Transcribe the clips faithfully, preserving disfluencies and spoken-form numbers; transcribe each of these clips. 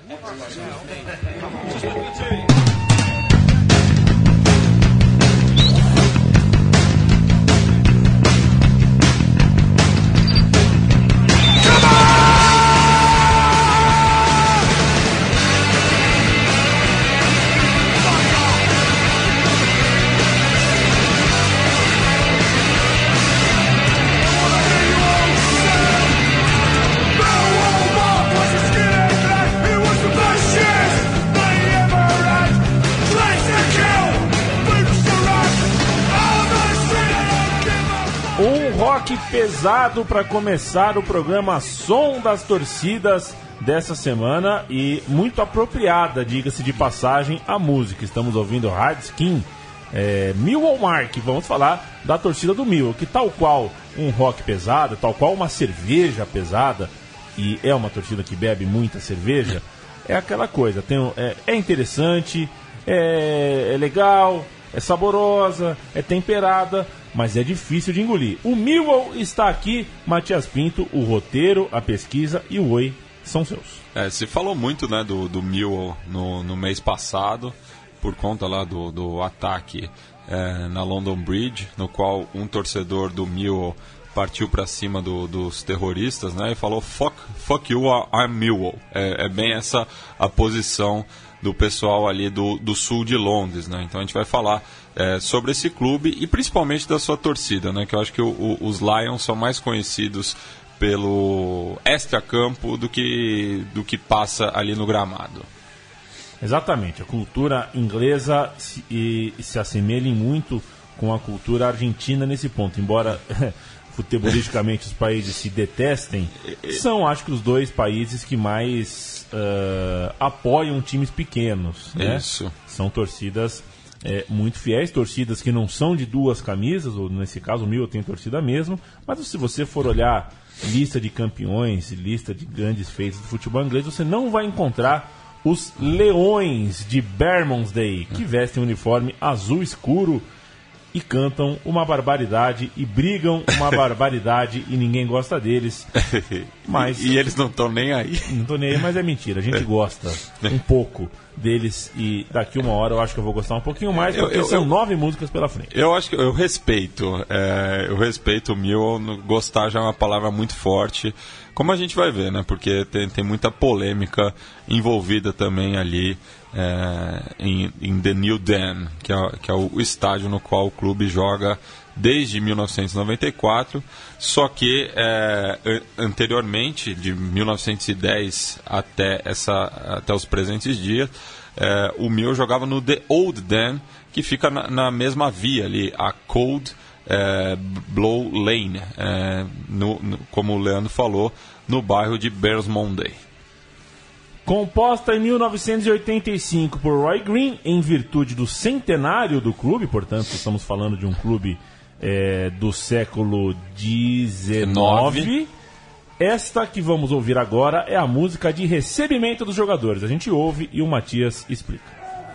Rock pesado para começar o programa Som das Torcidas dessa semana e muito apropriada, diga-se de passagem, a música. Estamos ouvindo Hard Skin, é, Millwall Mark. Vamos falar da torcida do Millwall, que tal qual um rock pesado, tal qual uma cerveja pesada, e é uma torcida que bebe muita cerveja, é aquela coisa, tem, é, é interessante, é, é legal, é saborosa, é temperada, mas é difícil de engolir. O Millwall está aqui, Matias Pinto, o roteiro, a pesquisa e o oi são seus. É, se falou muito, né, do, do Millwall no, no mês passado, por conta lá do, do ataque é, na London Bridge, no qual um torcedor do Millwall partiu para cima do, dos terroristas, né, e falou fuck, fuck you, I'm Millwall. É, é bem essa a posição do pessoal ali do, do sul de Londres, né? Então a gente vai falar é, sobre esse clube e principalmente da sua torcida, né? Que eu acho que o, o, os Lions são mais conhecidos pelo extra-campo do que, do que passa ali no gramado. Exatamente, a cultura inglesa se, e, se assemelha muito com a cultura argentina nesse ponto, embora futebolisticamente os países se detestem, são acho que os dois países que mais Uh, apoiam times pequenos, né? Isso. São torcidas é, muito fiéis, torcidas que não são de duas camisas, ou nesse caso o Millwall tem torcida mesmo, mas se você for olhar lista de campeões, lista de grandes feitos do futebol inglês, você não vai encontrar os Leões de Bermondsey, que vestem um uniforme azul escuro e cantam uma barbaridade e brigam uma barbaridade e ninguém gosta deles. Mas, e, e eles não estão nem aí. Não estão nem aí, mas é mentira. A gente gosta um pouco deles e daqui uma hora eu acho que eu vou gostar um pouquinho mais, porque eu, eu, são eu, nove músicas pela frente. Eu acho que eu respeito. É, eu respeito o Millwall. Gostar já é uma palavra muito forte. Como a gente vai ver, né? Porque tem, tem muita polêmica envolvida também ali é, em, em The New Den, que é, que é o estádio no qual o clube joga desde mil novecentos e noventa e quatro, só que é, anteriormente, de mil novecentos e dez até, essa, até os presentes dias, é, o Millwall jogava no The Old Den, que fica na, na mesma via ali, a Cold É, Blow Lane, é, no, no, como o Leandro falou, no bairro de Bermondsey. Composta em mil novecentos e oitenta e cinco por Roy Green, em virtude do centenário do clube, portanto estamos falando de um clube é, do século dezenove. Esta que vamos ouvir agora é a música de recebimento dos jogadores. A gente ouve e o Matias explica.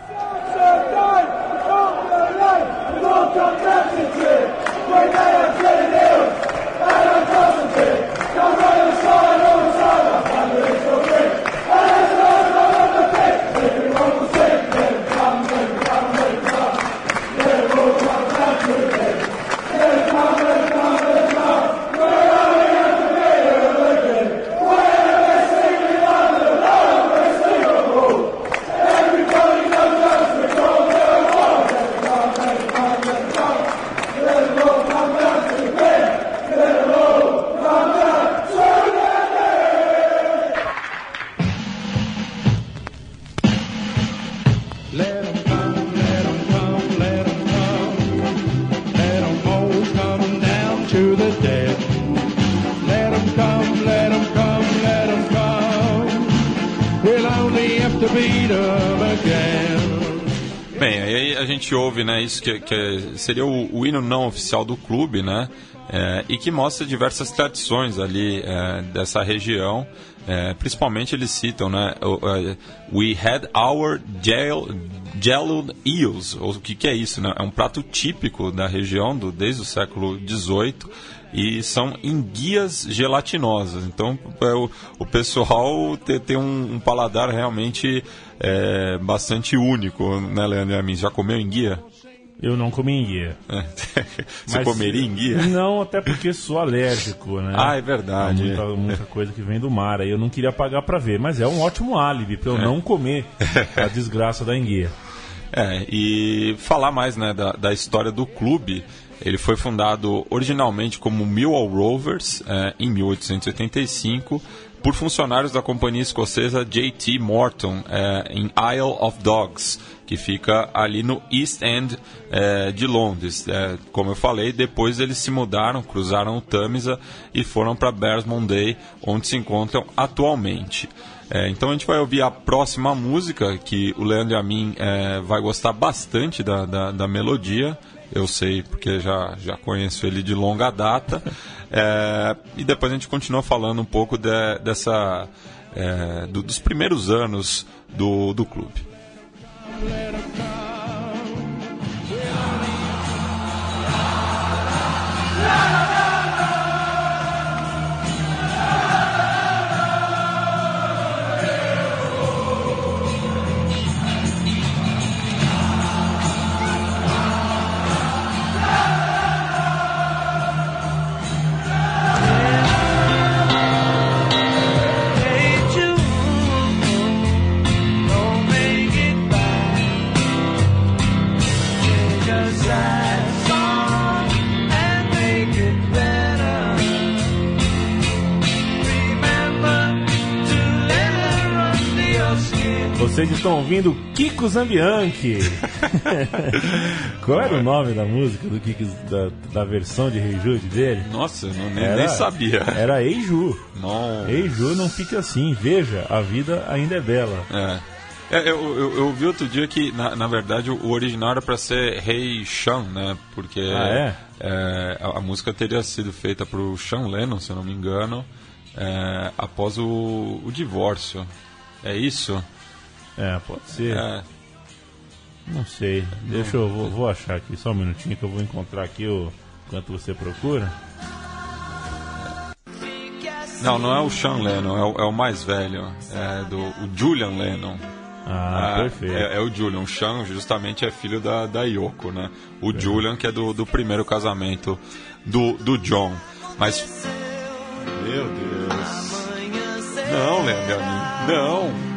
Bem, aí a gente ouve, né, isso que, que seria o, o hino não oficial do clube, né, é, e que mostra diversas tradições ali é, dessa região. É, principalmente eles citam, né, uh, we had our gelled eels, o que, que é isso, né? É um prato típico da região do, desde o século dezoito e são enguias gelatinosas. Então é, o, o pessoal tem, tem um, um paladar realmente é, bastante único, né, Leandro Amin? Já comeu enguia? Eu não comi enguia. Você Mas, comeria enguia? Não, até porque sou alérgico, né? Ah, é verdade. Há muita, muita coisa que vem do mar, aí eu não queria pagar pra ver. Mas é um ótimo álibi pra eu é. não comer a desgraça da enguia. É, e falar mais, né, da, da história do clube. Ele foi fundado originalmente como Millwall Rovers é, em mil oitocentos e oitenta e cinco por funcionários da companhia escocesa J T Morton é, em Isle of Dogs, que fica ali no East End é, de Londres. É, como eu falei, depois eles se mudaram, cruzaram o Tâmisa e foram para Bersmonday, onde se encontram atualmente. É, então a gente vai ouvir a próxima música, que o Leandro Amin é, vai gostar bastante da, da, da melodia. Eu sei porque já, já conheço ele de longa data. É, e depois a gente continua falando um pouco de, dessa, é, do, dos primeiros anos do, do clube. Vocês estão ouvindo Kiko Zambianchi. Qual era o nome da música do Kiko, da, da versão de Hey Jude dele? Nossa, eu não, nem, era, nem sabia. Era Ei Ju. Nossa. Ei Ju, não fica assim. Veja, a vida ainda é bela. É. É, eu, eu, eu vi outro dia que, na, na verdade, o original era para ser Hey Sean, né? Porque ah, é? É, a, a música teria sido feita pro Sean Lennon, se eu não me engano, é, após o, o divórcio. É isso? É, pode ser. É. Não sei. Deixa eu vou, vou achar aqui só um minutinho que eu vou encontrar aqui o enquanto você procura. Não, não é o Sean Lennon, é o, é o mais velho, é do o Julian Lennon. Ah, é, perfeito. É, é o Julian. O Sean justamente é filho da, da Yoko, né? O é. Julian que é do, do primeiro casamento do, do John. Mas meu Deus. Não, Leandro, não.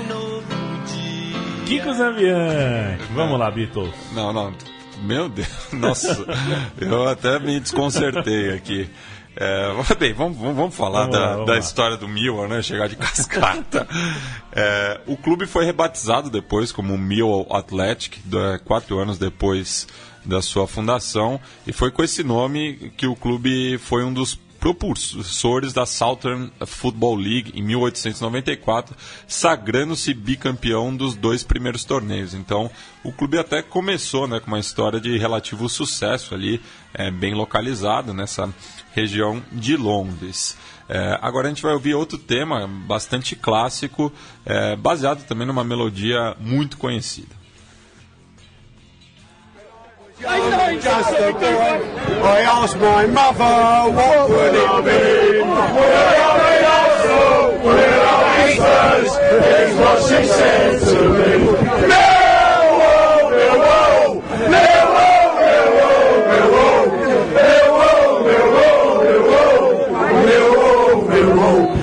Kiko Zambianchi. Vamos lá, Beatles. Não, não. Meu Deus. Nossa. Eu até me desconcertei aqui. É, bem, vamos, vamos falar vamos da, lá, vamos da história do Millwall, né? Chegar de cascata. É, o clube foi rebatizado depois como Millwall Athletic, quatro anos depois da sua fundação. E foi com esse nome que o clube foi um dos propulsores da Southern Football League em mil oitocentos e noventa e quatro, sagrando-se bicampeão dos dois primeiros torneios. Então, o clube até começou, né, com uma história de relativo sucesso ali, é, bem localizado nessa região de Londres. É, agora a gente vai ouvir outro tema bastante clássico, é, baseado também numa melodia muito conhecida. Just a boy, I asked my mother, what would it be? Where are we also? Where are we first? Here's what she said to me. Millwall, Millwall, Millwall, Millwall, Millwall, Millwall, Millwall, Millwall, Millwall, Millwall.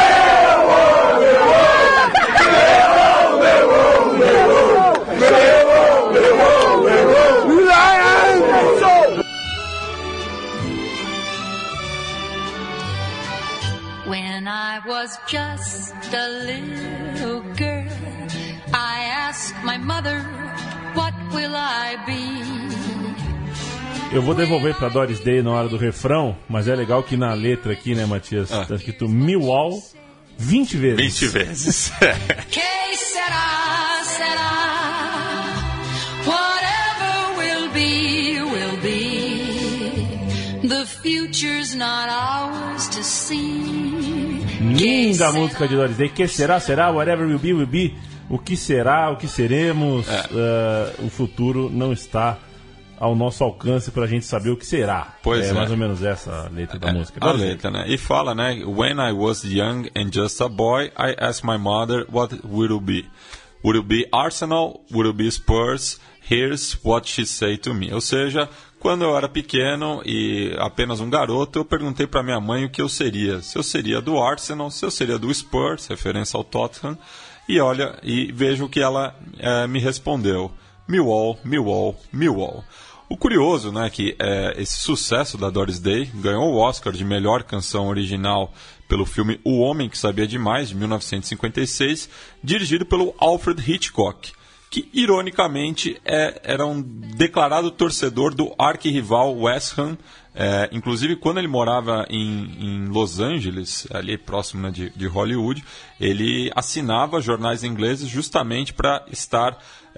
When I was just a little girl, I asked my mother, what will I be? Eu vou devolver pra Doris Day na hora do refrão, mas é legal que na letra aqui, né, Matias, ah. tá escrito Millwall vinte vezes. vinte vezes. Que será, será, whatever will be, will be, the future's not ours to see. Linda música de Doris Day. Que será, será, whatever will be, will be. O que será, o que seremos, é. uh, o futuro não está ao nosso alcance pra gente saber o que será. Pois é, é. mais ou menos essa a letra da É, música. a letra, né? E fala, né? When I was young and just a boy, I asked my mother what would it be. Would it be Arsenal? Would it be Spurs? Here's what she said to me. Ou seja, quando eu era pequeno e apenas um garoto, eu perguntei para minha mãe o que eu seria. Se eu seria do Arsenal, se eu seria do Spurs, referência ao Tottenham. E olha, e veja o que ela é, me respondeu. Millwall, Millwall, Millwall. O curioso, né, que é, esse sucesso da Doris Day ganhou o Oscar de melhor canção original pelo filme O Homem que Sabia Demais, de mil novecentos e cinquenta e seis, dirigido pelo Alfred Hitchcock, que, ironicamente, é, era um declarado torcedor do arquirrival West Ham. É, inclusive, quando ele morava em, em Los Angeles, ali próximo, né, de, de Hollywood, ele assinava jornais ingleses justamente para estar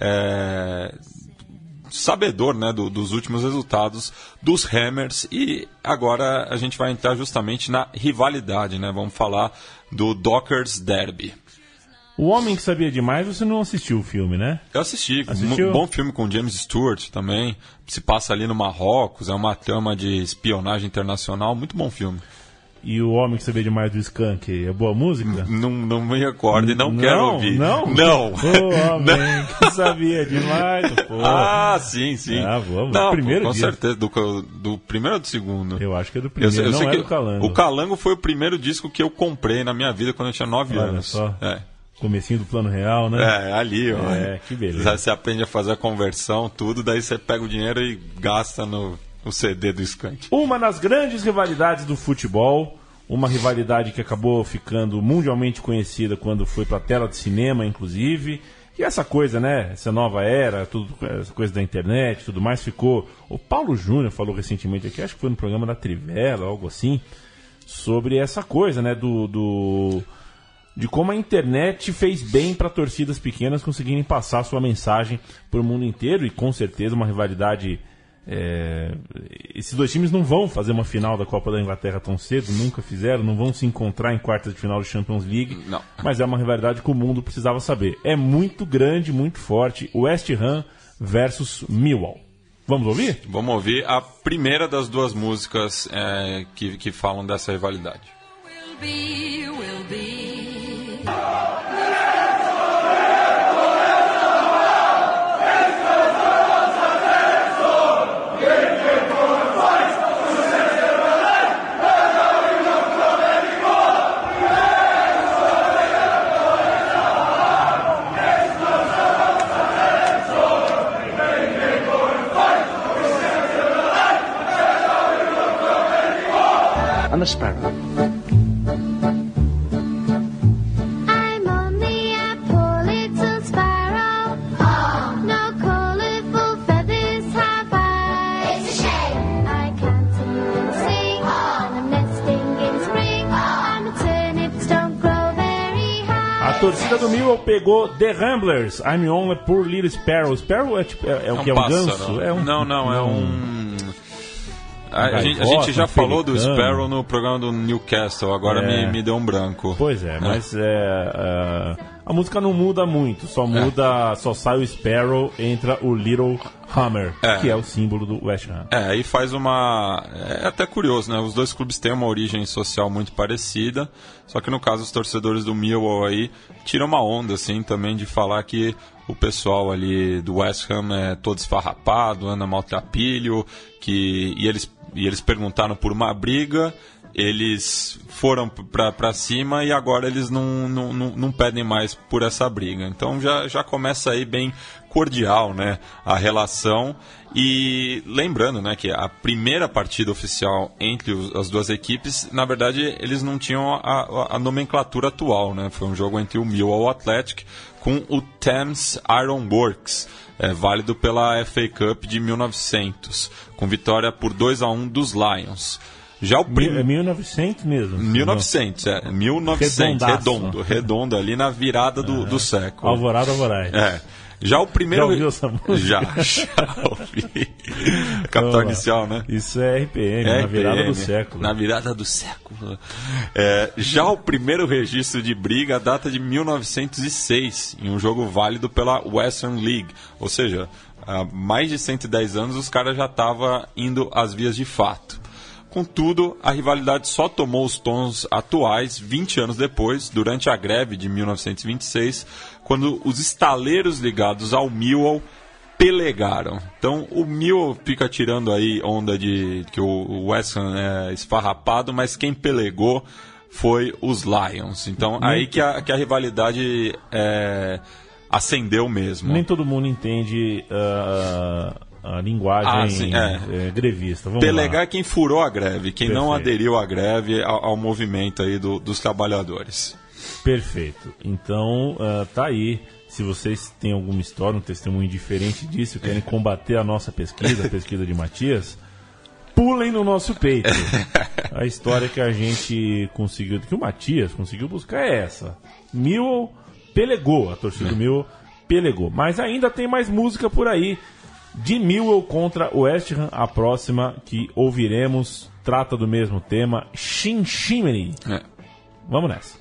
é, sabedor, né, do, dos últimos resultados dos Hammers. E agora a gente vai entrar justamente na rivalidade, né? Vamos falar do Dockers Derby. O Homem que Sabia Demais, você não assistiu o filme, né? Eu assisti, Assistiu? um bom filme com James Stewart também, se passa ali no Marrocos, é uma trama de espionagem internacional, muito bom filme. E O Homem que Sabia Demais do Skank, é boa música? Não, não me recordo e não, Não, quero ouvir. não? Não. O Homem que Sabia Demais, pô. Ah, sim, sim. Ah, vamos. Não, Primeiro com dia. certeza, do, do primeiro ou do segundo? Eu acho que é do Eu primeiro, sei- eu não sei é que do Calango. O Calango foi o primeiro disco que eu comprei na minha vida quando eu tinha nove Olha anos. só. É. Comecinho do Plano Real, né? É, ali, ó. É, que beleza. Já você aprende a fazer a conversão, tudo, daí você pega o dinheiro e gasta no, no C D do Skank. Uma das grandes rivalidades do futebol, uma rivalidade que acabou ficando mundialmente conhecida quando foi pra tela de cinema, inclusive. E essa coisa, né? Essa nova era, tudo, essa coisa da internet e tudo mais, ficou... O Paulo Júnior falou recentemente aqui, acho que foi no programa da Trivela, algo assim, sobre essa coisa, né? Do... do... de como a internet fez bem para torcidas pequenas conseguirem passar sua mensagem para o mundo inteiro, e com certeza uma rivalidade... É... Esses dois times não vão fazer uma final da Copa da Inglaterra tão cedo, nunca fizeram, não vão se encontrar em quartas de final da Champions League, Não. mas é uma rivalidade que o mundo precisava saber. É muito grande, muito forte, West Ham versus Millwall. Vamos ouvir? Vamos ouvir a primeira das duas músicas é, que, que falam dessa rivalidade. Will be, will be. And the sparrow. I'm only a poor little sparrow. Oh. No colourful feathers have I. It's a shame. I can't even sing. Oh. And I'm nesting in spring. Oh. And the turnips don't grow very high. A torcida do Millwall pegou The Ramblers, I'm Only a Poor Little Sparrow. Sparrow é, tipo, é, é o que? É um pássaro. ganso? É um, Não, não, é um... A, a gente, a gaivota, gente já um falou do pelicano. Sparrow no programa do Newcastle, agora É. me, me deu um branco. Pois é, mas é, é, a música não muda muito, só muda, só sai o Sparrow, entra o Little Hammer, É. que é o símbolo do West Ham. É, aí faz uma... É até curioso, né? Os dois clubes têm uma origem social muito parecida, só que no caso os torcedores do Millwall aí tiram uma onda, assim, também de falar que o pessoal ali do West Ham é todo esfarrapado, anda maltrapilho, que... e eles, e eles perguntaram por uma briga, eles foram pra, pra cima e agora eles não, não, não, não pedem mais por essa briga. Então já, já começa aí bem cordial, né, a relação. E lembrando, né, que a primeira partida oficial entre os, as duas equipes, na verdade, eles não tinham a, a, a nomenclatura atual, né? Foi um jogo entre o Millwall Athletic com o Thames Iron Works, é, válido pela F A Cup de mil e novecentos, com vitória por dois a um dos Lions. Já o prim... É mil e novecentos mesmo? mil e novecentos, é, mil e novecentos, Redondaço. redondo, redondo, ali na virada do, do século. Alvorada, Alvorada. É. Já o primeiro... Já ouviu essa música? Já, já ouvi. Capital Vamos lá. Inicial, né? Isso é R P M, É na virada R P M, do século. Na virada do século. É, já o primeiro registro de briga data de mil novecentos e seis, em um jogo válido pela Western League. Ou seja, há mais de cento e dez anos os caras já estavam indo às vias de fato. Contudo, a rivalidade só tomou os tons atuais vinte anos depois, durante a greve de mil novecentos e vinte e seis, quando os estaleiros ligados ao Millwall pelegaram. Então o Millwall fica tirando aí onda de que o West Ham é esfarrapado, mas quem pelegou foi os Lions. Então Muito. aí que a, que a rivalidade é, acendeu mesmo. Nem todo mundo entende uh, a linguagem ah, sim, é. É, grevista. Vamos Pelegar lá. é quem furou a greve, quem Perfeito. não aderiu à greve, ao, ao movimento aí do, dos trabalhadores. Perfeito. Então, uh, tá aí. Se vocês têm alguma história, um testemunho diferente disso, querem combater a nossa pesquisa, a pesquisa de Matias, pulem no nosso peito. A história que a gente conseguiu, que o Matias conseguiu buscar é essa. Millwall pelegou, a torcida do Millwall pelegou. Mas ainda tem mais música por aí. De Millwall contra o West Ham, a próxima que ouviremos trata do mesmo tema, Shin Shimmery. É. Vamos nessa.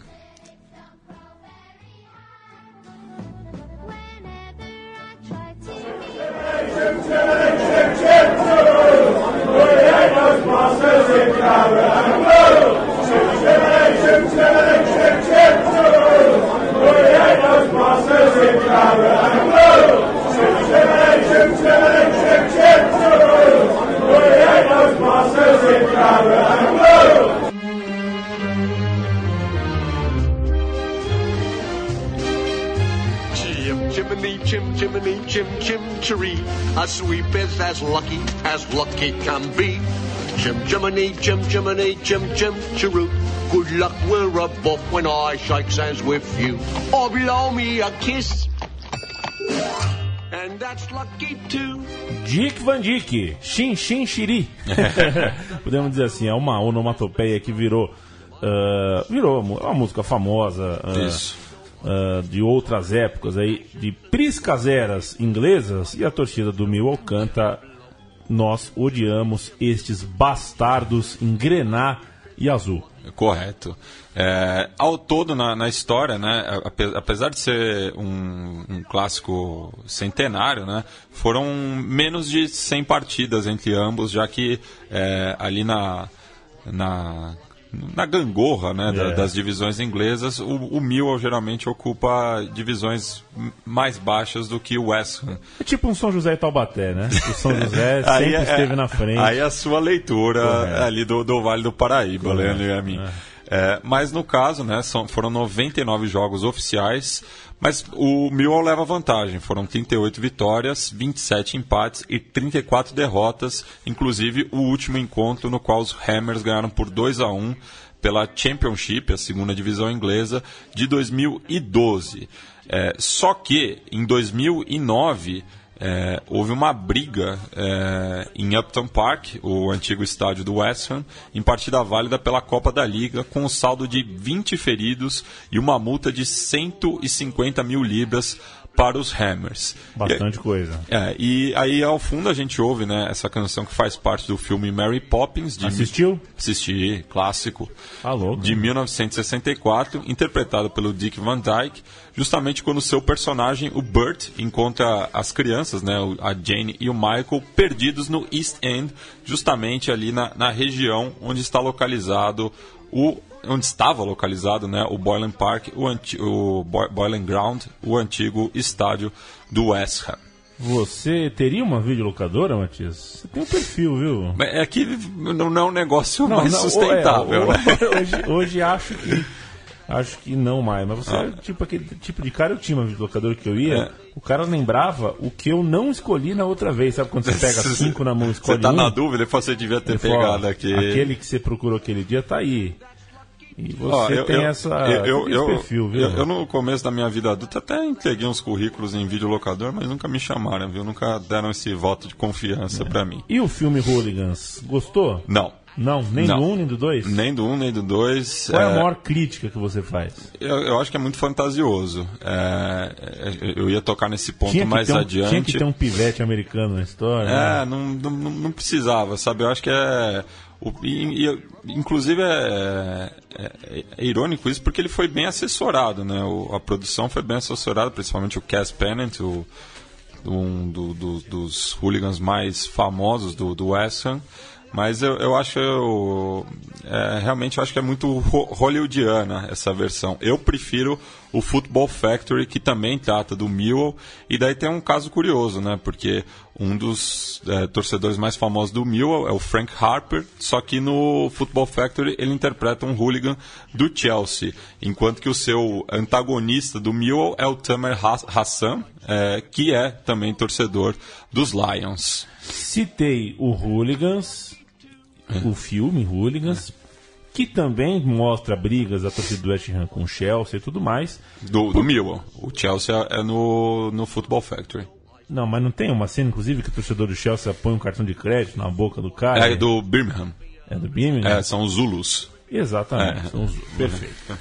Chimney, chim, chimney, chim, chim, chiree. A sweep is as lucky as lucky can be. Chim, chimney, chim, chimney, chim, chim, chiroo. Good luck, we're above when I shake hands with you. Or blow me a kiss. And that's lucky too. Dick Van Dyke, Shin Shin Shiri. Podemos dizer assim, é uma onomatopeia que virou uh, virou uma música famosa. Uh, Isso. Uh, de outras épocas aí, de priscas eras inglesas, e a torcida do Millwall canta Nós odiamos estes bastardos em grená e azul. Correto. É, ao todo na, na história, né, apesar de ser um, um clássico centenário, né, foram menos de cem partidas entre ambos, já que é, ali na... na na gangorra, né, da, é. das divisões inglesas, o, o Millwall geralmente ocupa divisões mais baixas do que o West Ham. É tipo um São José e Taubaté, né? O São José sempre é, esteve na frente. Aí é a sua leitura Correto. ali do, do Vale do Paraíba, Correto. Leandro e a mim. É. É, mas no caso, né, são, foram noventa e nove jogos oficiais, mas o Millwall leva vantagem. Foram trinta e oito vitórias, vinte e sete empates e trinta e quatro derrotas, inclusive o último encontro no qual os Hammers ganharam por dois a um pela Championship, a segunda divisão inglesa, de dois mil e doze. É, só que em dois mil e nove... É, houve uma briga é, em Upton Park, o antigo estádio do West Ham, em partida válida pela Copa da Liga, com um saldo de vinte feridos e uma multa de cento e cinquenta mil libras para os Hammers. Bastante e, coisa. É, e aí ao fundo a gente ouve, né, essa canção que faz parte do filme Mary Poppins. De, Assistiu? Assisti, clássico. Ah, louco. De mil novecentos e sessenta e quatro, interpretado pelo Dick Van Dyke, justamente quando seu personagem, o Bert, encontra as crianças, né, a Jane e o Michael, perdidos no East End, justamente ali na, na região onde está localizado o onde estava localizado, né, o Boylan Park, o, anti, o Boy, Boylan Ground, o antigo estádio do West Ham. Você teria uma videolocadora, Matias? Você tem um perfil, viu? É que não é um negócio não, mais não, sustentável, é, né? Hoje, hoje acho que acho que não mais, mas você ah. é tipo aquele tipo de cara. Eu tinha uma videolocadora que eu ia, é. O cara lembrava o que eu não escolhi na outra vez. Sabe quando você pega cinco na mão e escolhe Você tá um? na dúvida, você devia ter Ele pegado falou, aqui. Aquele que você procurou aquele dia tá aí. E você oh, eu, tem eu, essa eu, tem eu, esse perfil, viu? Eu, eu, no começo da minha vida adulta, até entreguei uns currículos em videolocador, mas nunca me chamaram, viu? Nunca deram esse voto de confiança é. pra mim. E o filme Hooligans, gostou? Não. Não? Nem Não. do um, nem do dois? Nem do um, nem do dois. Qual é, é... a maior crítica que você faz? Eu, eu acho que é muito fantasioso. É... Eu ia tocar nesse ponto tinha mais um, adiante. Tinha que ter um pivete americano na história. É, né? não, não, não precisava, sabe? Eu acho que é... O, e, e, inclusive é, é, é irônico isso porque ele foi bem assessorado, né? O, a produção foi bem assessorada, principalmente o Cass Pennant, o um do, do, dos hooligans mais famosos do, do West Ham. Mas eu, eu acho, eu, é, realmente eu acho que é muito hollywoodiana essa versão. Eu prefiro o Football Factory, que também trata do Millwall. E daí tem um caso curioso, né? Porque um dos é, torcedores mais famosos do Millwall é o Frank Harper, só que no Football Factory ele interpreta um hooligan do Chelsea, enquanto que o seu antagonista do Millwall é o Tamer Hassan, é, que é também torcedor dos Lions. Citei o Hooligans, é. o filme Hooligans, é. que também mostra brigas da torcida do West Ham com o Chelsea e tudo mais. Do, do Millwall. O Chelsea é no, no Football Factory. Não, mas não tem uma cena, inclusive, que o torcedor do Chelsea põe um cartão de crédito na boca do cara? É do Birmingham. É do Birmingham? É, são os Zulus. Exatamente, é. são os Zulus. Perfeito.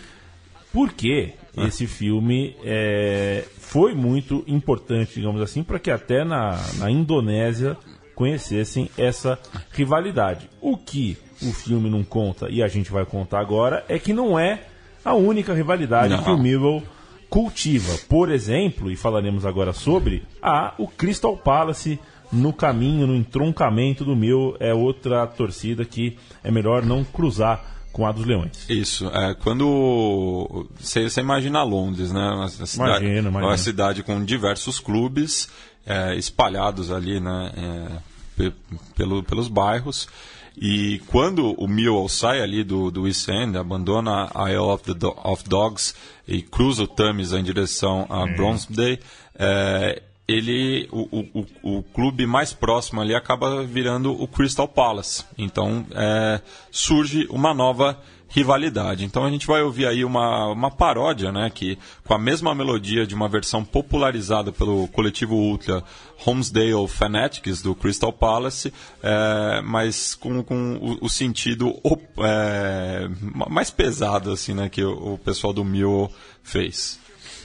Porque é. esse filme é, foi muito importante, digamos assim, para que até na, na Indonésia conhecessem essa rivalidade. O que o filme não conta, e a gente vai contar agora, é que não é a única rivalidade não. que o Millwall cultiva. Por exemplo, e falaremos agora sobre, há o Crystal Palace no caminho, no entroncamento do Millwall, é outra torcida que é melhor não cruzar com a dos Leões. Isso, é, quando você imagina Londres, né, uma cidade, imagina, imagina. uma cidade com diversos clubes é, espalhados ali, né, é, pe, pelo, pelos bairros, e quando o Millwall sai ali do, do East End, abandona a Isle of, the Do- of Dogs e cruza o Thames em direção a é. Bromsday, é, ele, o, o, o clube mais próximo ali acaba virando o Crystal Palace. Então é, surge uma nova rivalidade. Então a gente vai ouvir aí uma, uma paródia, né, que, com a mesma melodia de uma versão popularizada pelo coletivo ultra Holmesdale Fanatics do Crystal Palace, é, mas com, com o, o sentido é, mais pesado assim, né, que o, o pessoal do Millwall fez.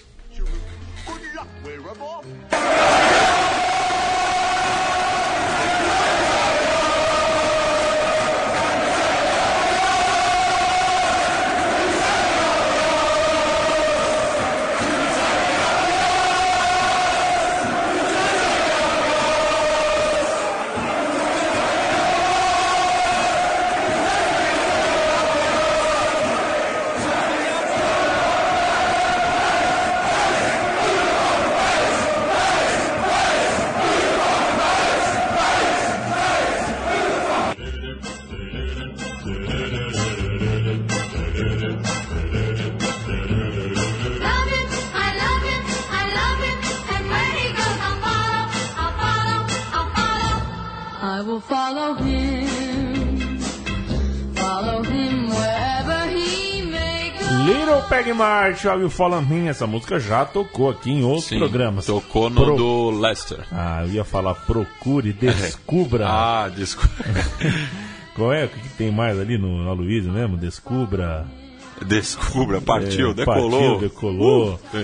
March, I Will Follow Him. Essa música já tocou aqui em outros Sim, programas. Tocou no Pro... do Leicester. Ah, eu ia falar procure, descubra. ah, descubra. Qual é? O que, que tem mais ali no Aloysio mesmo? Descubra. Descubra, partiu, é, decolou. Partiu, decolou. Uh,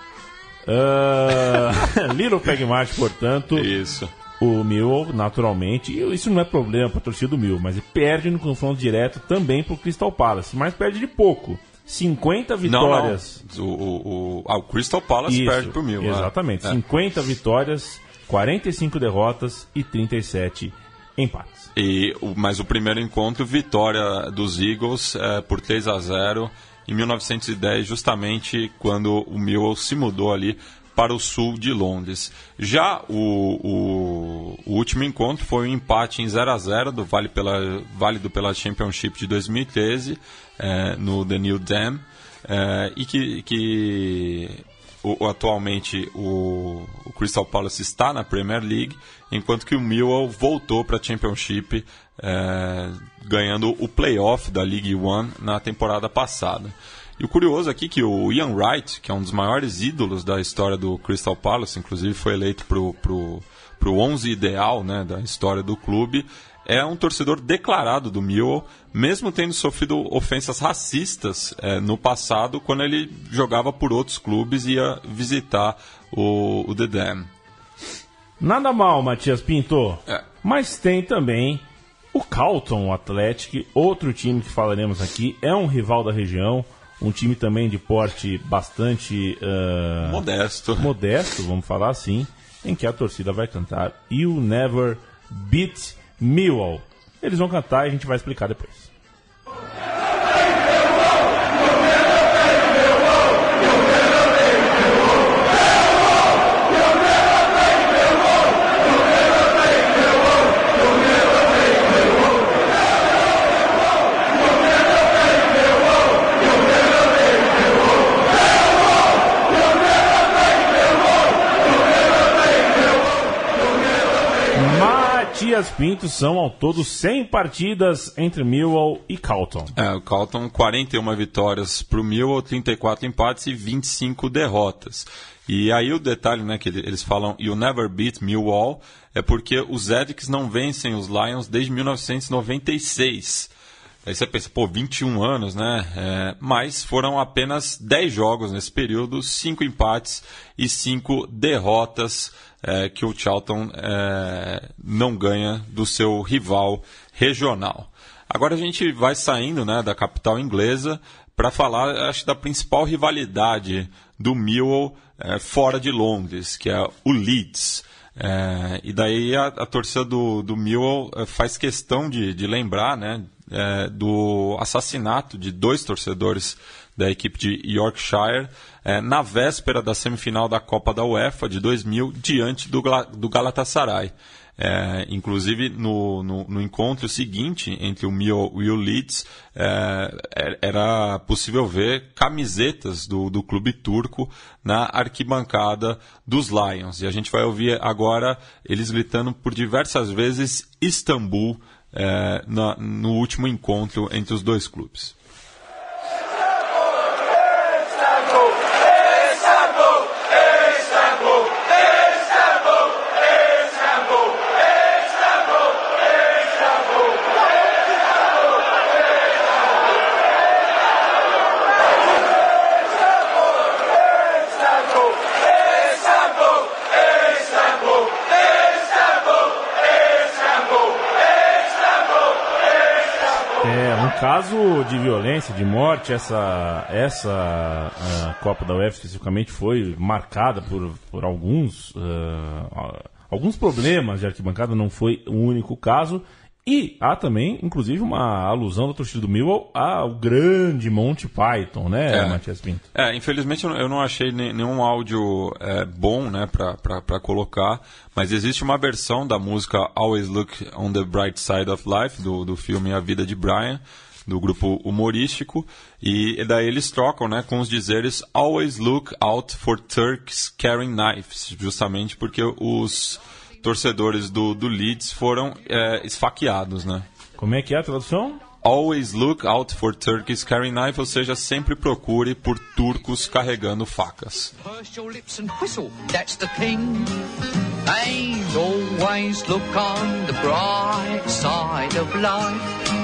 uh, Little Peg March, portanto. Isso. O Millwall, naturalmente, isso não é problema para a torcida do Millwall, mas ele perde no confronto direto também para o Crystal Palace, mas perde de pouco. cinquenta vitórias. Não, não. O, o, o, ah, o Crystal Palace Isso, perde pro Millwall. Exatamente. É. cinquenta vitórias, quarenta e cinco derrotas e trinta e sete empates. E, o, mas o primeiro encontro, vitória dos Eagles é, por três a zero em mil novecentos e dez, justamente quando o Millwall se mudou ali para o sul de Londres. Já o, o, o último encontro foi um empate em zero a zero, do vale pela, válido pela Championship de dois mil e treze, é, no The New Dam, é, e que, que o, atualmente o, o Crystal Palace está na Premier League, enquanto que o Millwall voltou para a Championship, é, ganhando o playoff da League One na temporada passada. E o curioso aqui é que o Ian Wright, que é um dos maiores ídolos da história do Crystal Palace, inclusive foi eleito para o pro, pro onze ideal, né, da história do clube, é um torcedor declarado do Millwall, mesmo tendo sofrido ofensas racistas é, no passado, quando ele jogava por outros clubes e ia visitar o, o The Dam. Nada mal, Matias Pinto. É. Mas tem também o Carlton Athletic, outro time que falaremos aqui, é um rival da região. Um time também de porte bastante... Uh, modesto. Modesto, vamos falar assim. em que a torcida vai cantar You Never Beat Millwall. Eles vão cantar e a gente vai explicar depois. Matias Pinto, são ao todo cem partidas entre Millwall e Charlton. É, o Charlton, quarenta e uma vitórias para o Millwall, trinta e quatro empates e vinte e cinco derrotas. E aí o detalhe, né, que eles falam You Never Beat Millwall, é porque os Edicks não vencem os Lions desde mil novecentos e noventa e seis. Aí você pensa, pô, vinte e um anos, né? É, mas foram apenas dez jogos nesse período, cinco empates e cinco derrotas é, que o Charlton é, não ganha do seu rival regional. Agora a gente vai saindo, né, da capital inglesa para falar, acho, da principal rivalidade do Millwall é, fora de Londres, que é o Leeds. É, e daí a, a torcida do, do Millwall é, faz questão de, de lembrar, né, é, do assassinato de dois torcedores da equipe de Yorkshire é, na véspera da semifinal da Copa da UEFA de dois mil diante do, do Galatasaray. É, inclusive no, no, no encontro seguinte entre o Millwall e o Leeds é, era possível ver camisetas do, do clube turco na arquibancada dos Lions, e a gente vai ouvir agora eles gritando por diversas vezes Istambul é, na, no último encontro entre os dois clubes. Caso de violência, de morte, essa, essa a Copa da UEFA especificamente foi marcada por, por alguns, uh, alguns problemas de arquibancada, não foi o único caso. E há também, inclusive, uma alusão da torcida do Millwall ao grande Monty Python, né, é. Matias Pinto? É, infelizmente eu não achei nenhum áudio é, bom, né, para colocar, mas existe uma versão da música Always Look on the Bright Side of Life, do, do filme A Vida de Brian, do grupo humorístico, e daí eles trocam, né, com os dizeres Always look out for Turks carrying knives, justamente porque os torcedores do, do Leeds foram é, esfaqueados, né? Como é que é a tradução? Always look out for Turks carrying knives, ou seja, sempre procure por turcos carregando facas. Purse your lips and whistle, that's the thing. And always look on the bright side of life.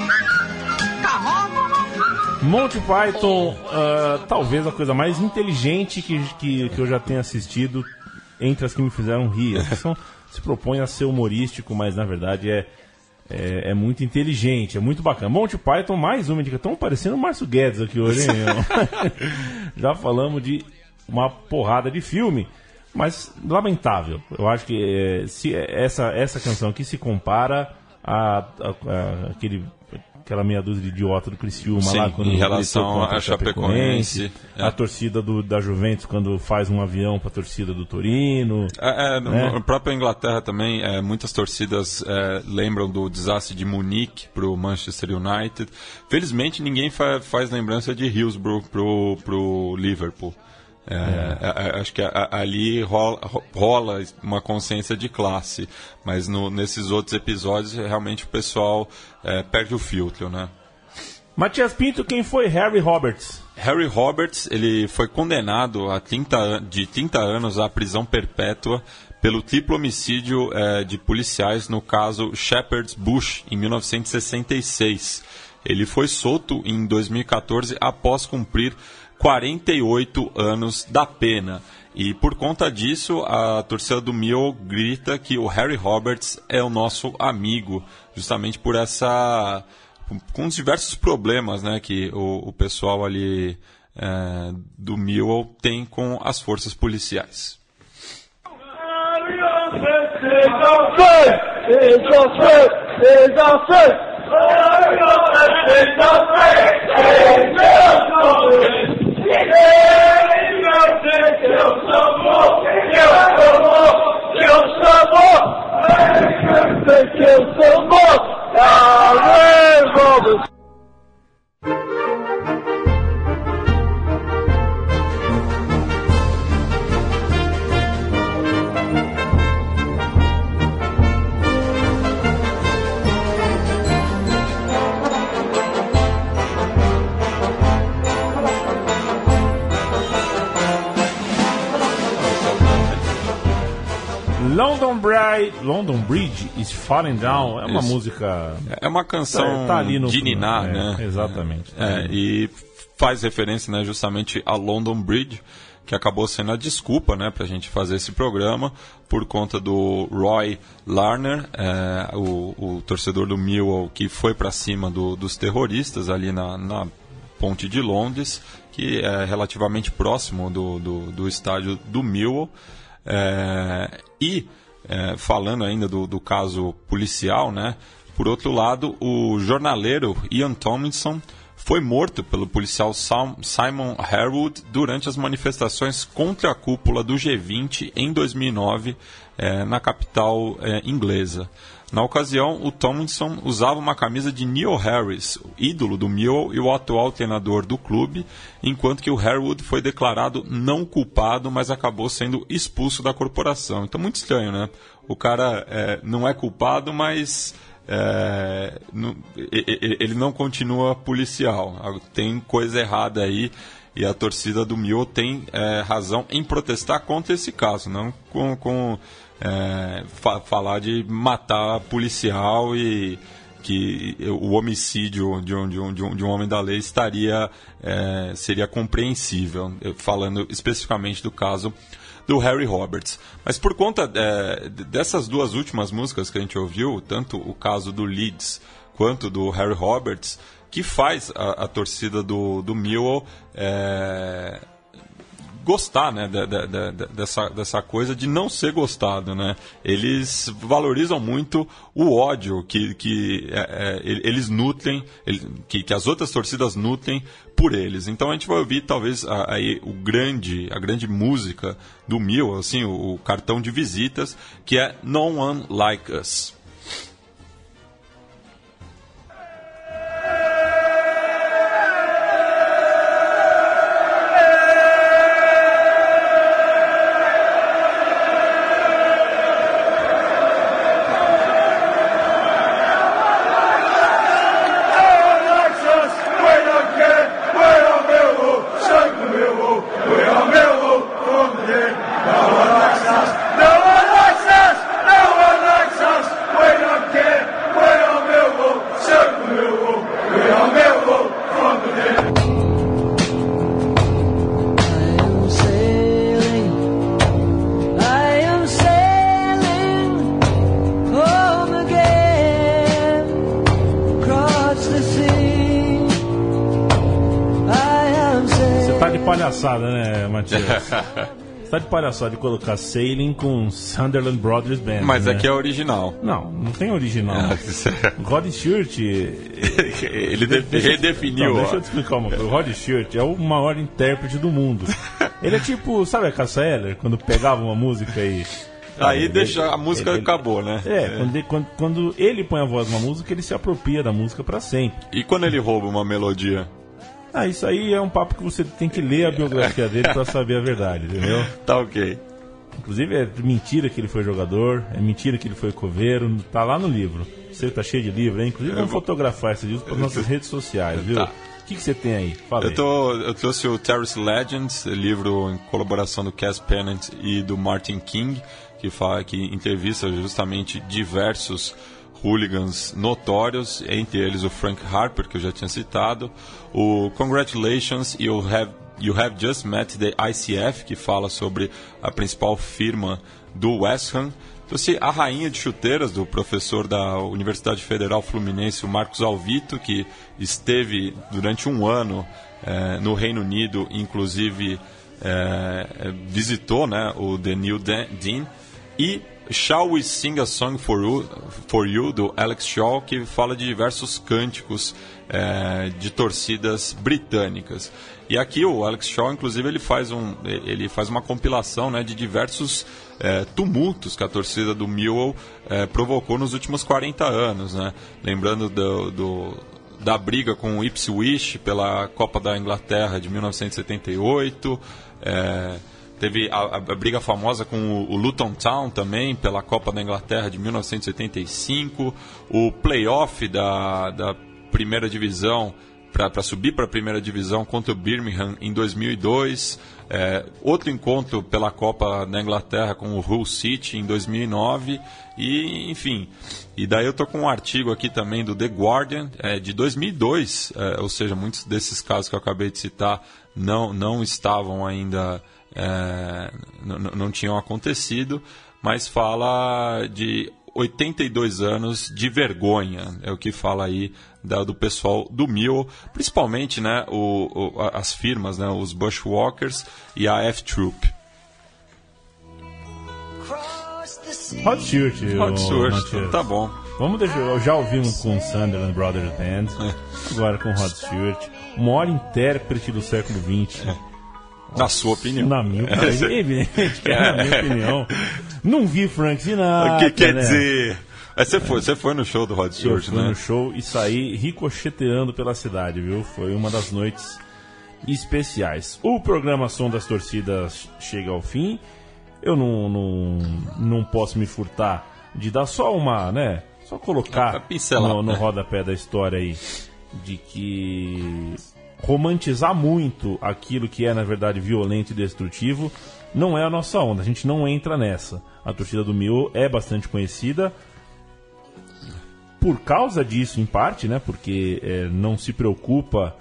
Monty Python, uh, talvez a coisa mais inteligente que, que, que eu já tenha assistido entre as que me fizeram rir. As que são, se propõem a ser humorístico, mas na verdade é, é, é muito inteligente, é muito bacana. Monty Python, mais uma indicação. Estão parecendo o Márcio Guedes aqui hoje, hein? Já falamos de uma porrada de filme, mas lamentável. Eu acho que é, se essa, essa canção aqui se compara a, a, a aquele... aquela meia dúzia de idiota do Criciúma. Sim, lá quando em relação a Chapecoense, a é. torcida do, da Juventus quando faz um avião para a torcida do Torino. É, é, né? Na própria Inglaterra também, é, muitas torcidas é, lembram do desastre de Munique para o Manchester United. Felizmente ninguém fa faz lembrança de Hillsborough para o Liverpool. É, é. Acho que ali rola, rola uma consciência de classe, mas no, nesses outros episódios realmente o pessoal é, perde o filtro, né? Matias Pinto, quem foi Harry Roberts? Harry Roberts, ele foi condenado a trinta, de trinta anos à prisão perpétua pelo triplo homicídio é, de policiais no caso Shepherd's Bush em mil novecentos e sessenta e seis. Ele foi solto em dois mil e quatorze após cumprir quarenta e oito anos da pena. E por conta disso, a torcida do Millwall grita que o Harry Roberts é o nosso amigo, justamente por essa... com os diversos problemas, né, que o, o pessoal ali é, do Millwall tem com as forças policiais. London Bridge, London Bridge is Falling Down é uma Isso. música... É uma canção tá, tá ali no, de ninar, é, né? Exatamente. É, e faz referência, né, justamente a London Bridge, que acabou sendo a desculpa, né, para a gente fazer esse programa, por conta do Roy Larner, é, o, o torcedor do Millwall, que foi para cima do, dos terroristas ali na, na Ponte de Londres, que é relativamente próximo do, do, do estádio do Millwall. É, e é, falando ainda do, do caso policial, né, por outro lado, o jornaleiro Ian Tomlinson foi morto pelo policial Simon Harewood durante as manifestações contra a cúpula do G vinte em dois mil e nove, é, na capital é, inglesa. Na ocasião, o Tomlinson usava uma camisa de Neil Harris, ídolo do Millwall e o atual treinador do clube, enquanto que o Harewood foi declarado não culpado, mas acabou sendo expulso da corporação. Então, muito estranho, né? O cara é, não é culpado, mas é, não, ele não continua policial. Tem coisa errada aí e a torcida do Millwall tem é, razão em protestar contra esse caso, não com... com É, fa- falar de matar policial e que o homicídio de um, de um, de um, de um homem da lei estaria, é, seria compreensível, falando especificamente do caso do Harry Roberts. Mas por conta é, dessas duas últimas músicas que a gente ouviu, tanto o caso do Leeds quanto do Harry Roberts, que faz a, a torcida do, do Millwall é, gostar, né, de, de, de, dessa, dessa coisa de não ser gostado, né? Eles valorizam muito o ódio que, que é, é, eles nutrem, ele, que, que as outras torcidas nutrem por eles. Então a gente vai ouvir talvez a, aí o grande, a grande música do Millwall, assim, o, o cartão de visitas, que é No One Like Us. Palhaçada, né, Matias? Você tá de palhaçada de colocar Sailing com Sunderland Brothers Band. Mas né? aqui é original. Não, não tem original. O Rod Stewart... Ele de, deixa, redefiniu. Não, deixa eu te explicar uma coisa. O Rod Stewart é o maior intérprete do mundo. Ele é tipo, sabe a Cássia Eller? Quando pegava uma música e... Aí ele, deixa a música ele, acabou, né? É, é. Quando, ele, quando, quando ele põe a voz numa música, ele se apropria da música pra sempre. E quando ele rouba uma melodia? Ah, isso aí é um papo que você tem que ler a biografia dele pra saber a verdade, entendeu? Tá ok. Inclusive é mentira que ele foi jogador, é mentira que ele foi coveiro, tá lá no livro. Você tá cheio de livro, hein? Inclusive vamos fotografar esses livros para nossas redes sociais, viu? Tá. O que, que você tem aí? Fala aí. Eu, tô, eu trouxe o Terrace Legends, livro em colaboração do Cass Pennant e do Martin King, que, fala, que entrevista justamente diversos hooligans notórios, entre eles o Frank Harper, que eu já tinha citado, o Congratulations, You Have, you have Just Met the I C F, que fala sobre a principal firma do West Ham. Trouxe A Rainha de Chuteiras, do professor da Universidade Federal Fluminense, o Marcos Alvito, que esteve durante um ano eh, no Reino Unido, inclusive eh, visitou, né, o The New Dean. e Shall We Sing a Song for You, for you do Alex Shaw, que fala de diversos cânticos é, de torcidas britânicas. E aqui o Alex Shaw, inclusive, ele faz, um, ele faz uma compilação, né, de diversos é, tumultos que a torcida do Millwall é, provocou nos últimos quarenta anos, né? Lembrando do, do, da briga com o Ipswich pela Copa da Inglaterra de mil novecentos e setenta e oito, é, teve a, a briga famosa com o, o Luton Town também pela Copa da Inglaterra de mil novecentos e setenta e cinco, o playoff da, da primeira divisão para subir para a primeira divisão contra o Birmingham em dois mil e dois, é, outro encontro pela Copa da Inglaterra com o Hull City em dois mil e nove, e enfim. E daí eu tô com um artigo aqui também do The Guardian, é, de dois mil e dois, é, ou seja, muitos desses casos que eu acabei de citar não, não estavam ainda, é, não tinham acontecido, mas fala de oitenta e dois anos de vergonha, é o que fala aí da, do pessoal do Millwall, principalmente, né, o, o, as firmas, né, os Bushwalkers e a F-Troop. Rod Stewart, Rod Stewart, Matias. Tá bom. Vamos deixar, eu já ouvi um com Sunderland Brothers Band, É. agora com Rod Stewart, o maior intérprete do século vinte. É. Na sua opinião. Na minha opinião, é evidente que é na minha opinião. Não vi Frank Sinatra. O que quer né? dizer? É, você, foi, você foi no show do Rod Eu Stewart, fui né? no show e saí ricocheteando pela cidade, viu? Foi uma das noites especiais. O programa Som das Torcidas chega ao fim. Eu não, não, não posso me furtar de dar só uma, né? Só colocar no, no rodapé da história aí de que romantizar muito aquilo que é, na verdade, violento e destrutivo não é a nossa onda. A gente não entra nessa. A torcida do Millwall é bastante conhecida por causa disso, em parte, né? Porque é, não se preocupa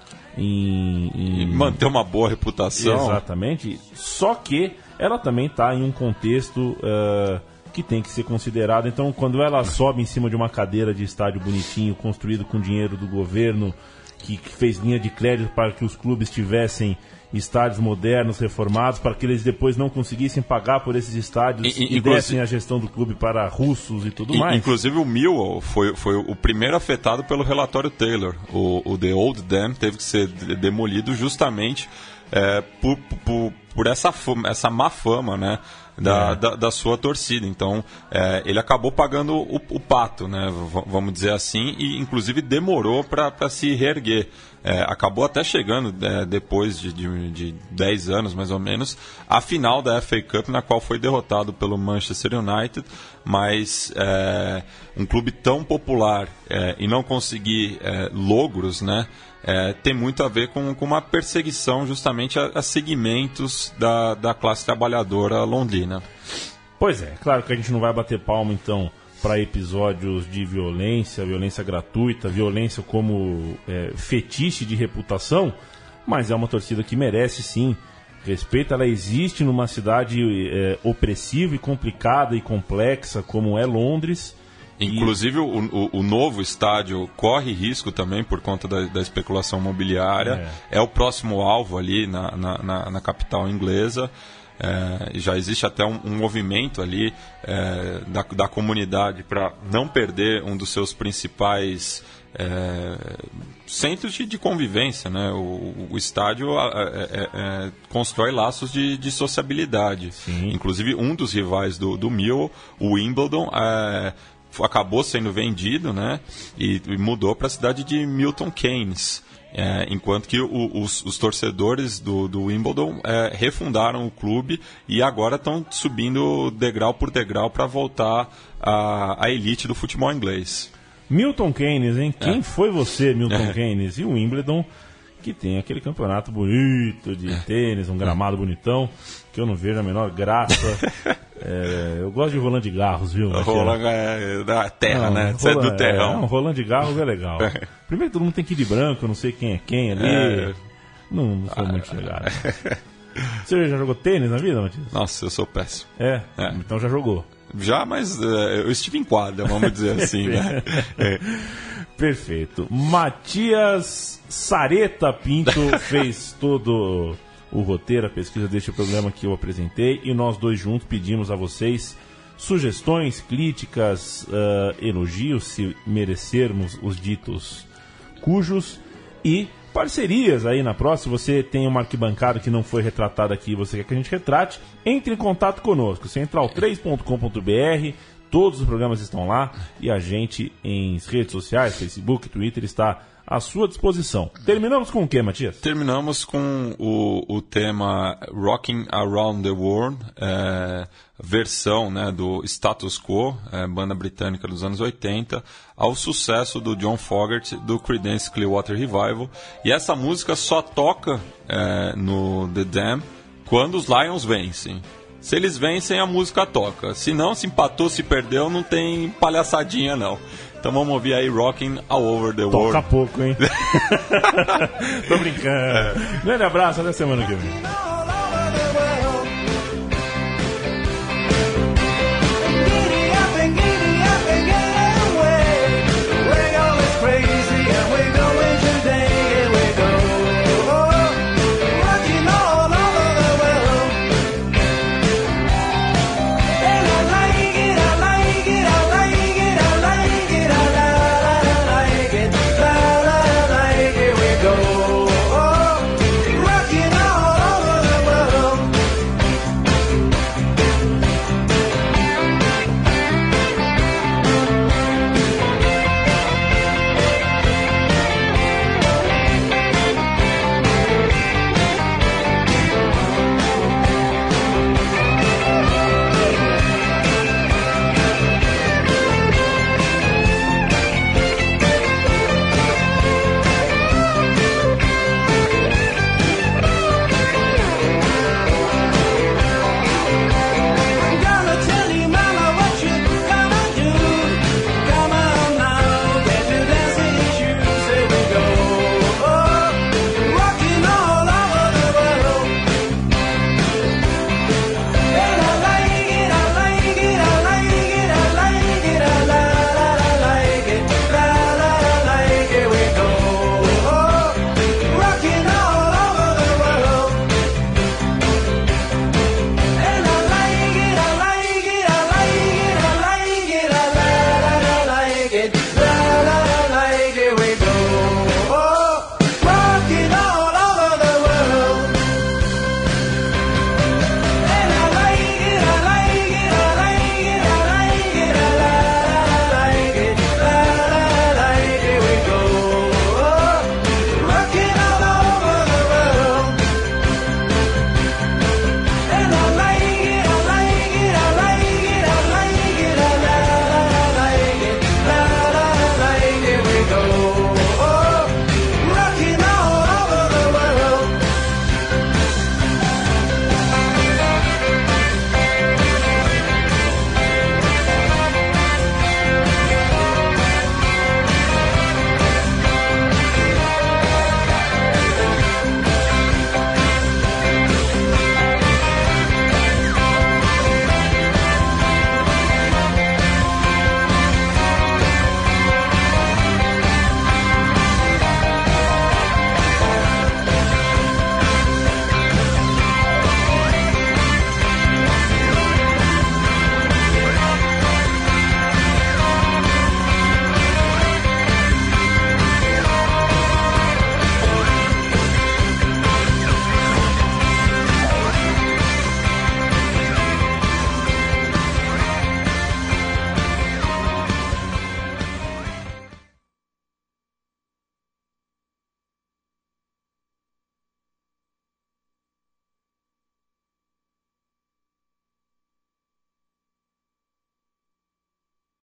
em, em... E manter uma boa reputação. Exatamente. Só que ela também está em um contexto uh, que tem que ser considerado. Então, quando ela sobe em cima de uma cadeira de estádio bonitinho, construído com dinheiro do governo, que, que fez linha de crédito para que os clubes tivessem estádios modernos, reformados, para que eles depois não conseguissem pagar por esses estádios e, e, e dessem a gestão do clube para russos e tudo e, mais. Inclusive o Millwall foi, foi o primeiro afetado pelo relatório Taylor. O, o The Old Dam teve que ser demolido justamente é, por, por, por essa, fama, essa má fama, né, da, é. da, da sua torcida. Então é, ele acabou pagando o, o pato, né, v- vamos dizer assim, e inclusive demorou para se reerguer. É, acabou até chegando, é, depois de, de, de dez anos mais ou menos, a final da F A Cup, na qual foi derrotado pelo Manchester United, mas é, um clube tão popular é, e não conseguir é, logros, né, é, tem muito a ver com, com uma perseguição justamente a, a segmentos da, da classe trabalhadora londrina. Pois é, claro que a gente não vai bater palma então para episódios de violência, violência gratuita, violência como é, fetiche de reputação, mas é uma torcida que merece sim respeito. Ela existe numa cidade é, opressiva e complicada e complexa como é Londres. Inclusive e... o, o, o novo estádio corre risco também por conta da, da especulação imobiliária. É. é o próximo alvo ali na, na, na, na capital inglesa. É, já existe até um, um movimento ali é, da, da comunidade para não perder um dos seus principais é, centros de, de convivência, né? O, o estádio é, é, é, constrói laços de, de sociabilidade. Sim. Inclusive um dos rivais do, do Millwall, o Wimbledon, é, acabou sendo vendido, né? E, e mudou para a cidade de Milton Keynes. É, enquanto que o, os, os torcedores do, do Wimbledon é, refundaram o clube e agora estão subindo degrau por degrau para voltar à, à elite do futebol inglês. Milton Keynes, hein? Quem é. foi você, Milton É. Keynes? E o Wimbledon, que tem aquele campeonato bonito de tênis, um gramado bonitão, que eu não vejo a menor graça. É, eu gosto de Roland Garros, viu? Roland é da terra, não, né? Você é do terrão. É, não, Roland Garros é legal. Primeiro todo mundo tem que ir de branco, eu não sei quem é quem ali. É. Não, não sou muito chegado. Você já jogou tênis na vida, Matias? Nossa, eu sou péssimo. É? É. Então já jogou. Já, mas uh, eu estive em quadra, vamos dizer assim, né? É. Perfeito. Matias Sareta Pinto fez todo o roteiro, a pesquisa deste programa que eu apresentei, e nós dois juntos pedimos a vocês sugestões, críticas, uh, elogios, se merecermos os ditos cujos, e parcerias aí na próxima. Você tem uma arquibancada que não foi retratada aqui, você quer que a gente retrate, entre em contato conosco, central três ponto com ponto b r, todos os programas estão lá, e a gente em redes sociais, Facebook, Twitter, está à sua disposição. Terminamos com o que, Matias? Terminamos com o, o tema Rocking Around the World, é, versão, né, do Status Quo, é, banda britânica dos anos oitenta, ao sucesso do John Fogerty, do Creedence Clearwater Revival. E essa música só toca é, no The Dam quando os Lions vencem. Se eles vencem, a música toca. Se não, se empatou, se perdeu, não tem palhaçadinha, não. Então vamos ouvir aí Rocking All Over the World. Toca pouco, hein? Tô brincando. É. Grande abraço, até semana que vem.